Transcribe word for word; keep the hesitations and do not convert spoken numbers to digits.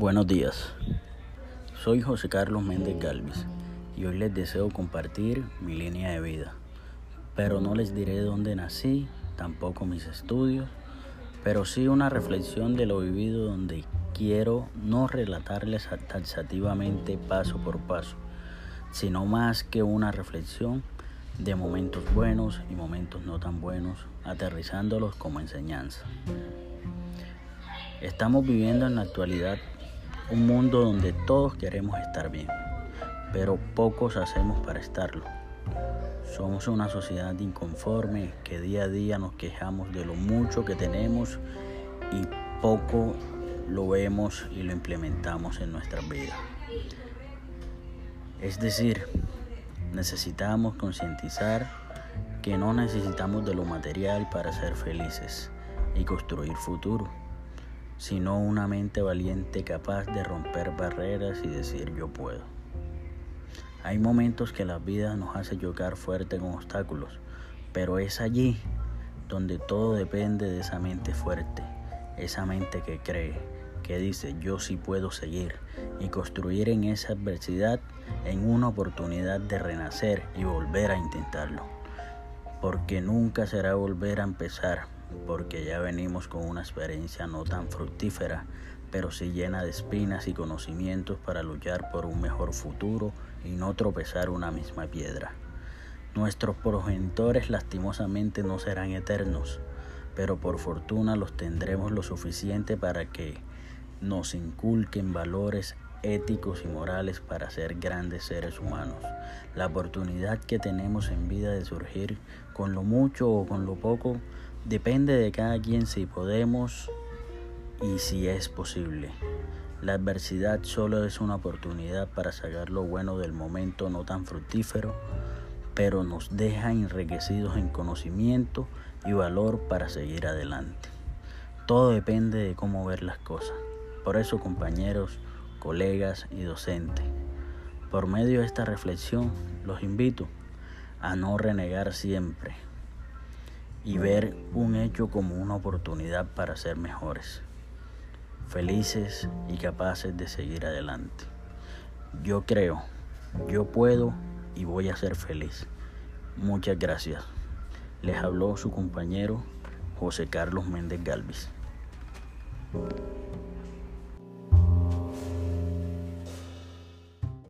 Buenos días, soy José Carlos Méndez Galvis y hoy les deseo compartir mi línea de vida, pero no les diré dónde nací, tampoco mis estudios, pero sí una reflexión de lo vivido donde quiero no relatarles taxativamente paso por paso, sino más que una reflexión de momentos buenos y momentos no tan buenos, aterrizándolos como enseñanza. Estamos viviendo en la actualidad un mundo donde todos queremos estar bien, pero pocos hacemos para estarlo. Somos una sociedad inconforme que día a día nos quejamos de lo mucho que tenemos y poco lo vemos y lo implementamos en nuestras vidas. Es decir, necesitamos concientizar que no necesitamos de lo material para ser felices y construir futuro, sino una mente valiente capaz de romper barreras y decir yo puedo. Hay momentos que la vida nos hace chocar fuerte con obstáculos, pero es allí donde todo depende de esa mente fuerte, esa mente que cree, que dice yo sí puedo seguir y construir en esa adversidad en una oportunidad de renacer y volver a intentarlo, porque nunca será volver a empezar, porque ya venimos con una experiencia no tan fructífera, pero sí llena de espinas y conocimientos para luchar por un mejor futuro y no tropezar una misma piedra. Nuestros progenitores lastimosamente no serán eternos, pero por fortuna los tendremos lo suficiente para que nos inculquen valores éticos y morales para ser grandes seres humanos. La oportunidad que tenemos en vida de surgir con lo mucho o con lo poco depende de cada quien si podemos y si es posible. La adversidad solo es una oportunidad para sacar lo bueno del momento no tan fructífero, pero nos deja enriquecidos en conocimiento y valor para seguir adelante. Todo depende de cómo ver las cosas. Por eso, compañeros, colegas y docentes, por medio de esta reflexión los invito a no renegar siempre y ver un hecho como una oportunidad para ser mejores, felices y capaces de seguir adelante. Yo creo, yo puedo y voy a ser feliz. Muchas gracias. Les habló su compañero José Carlos Méndez Galvis.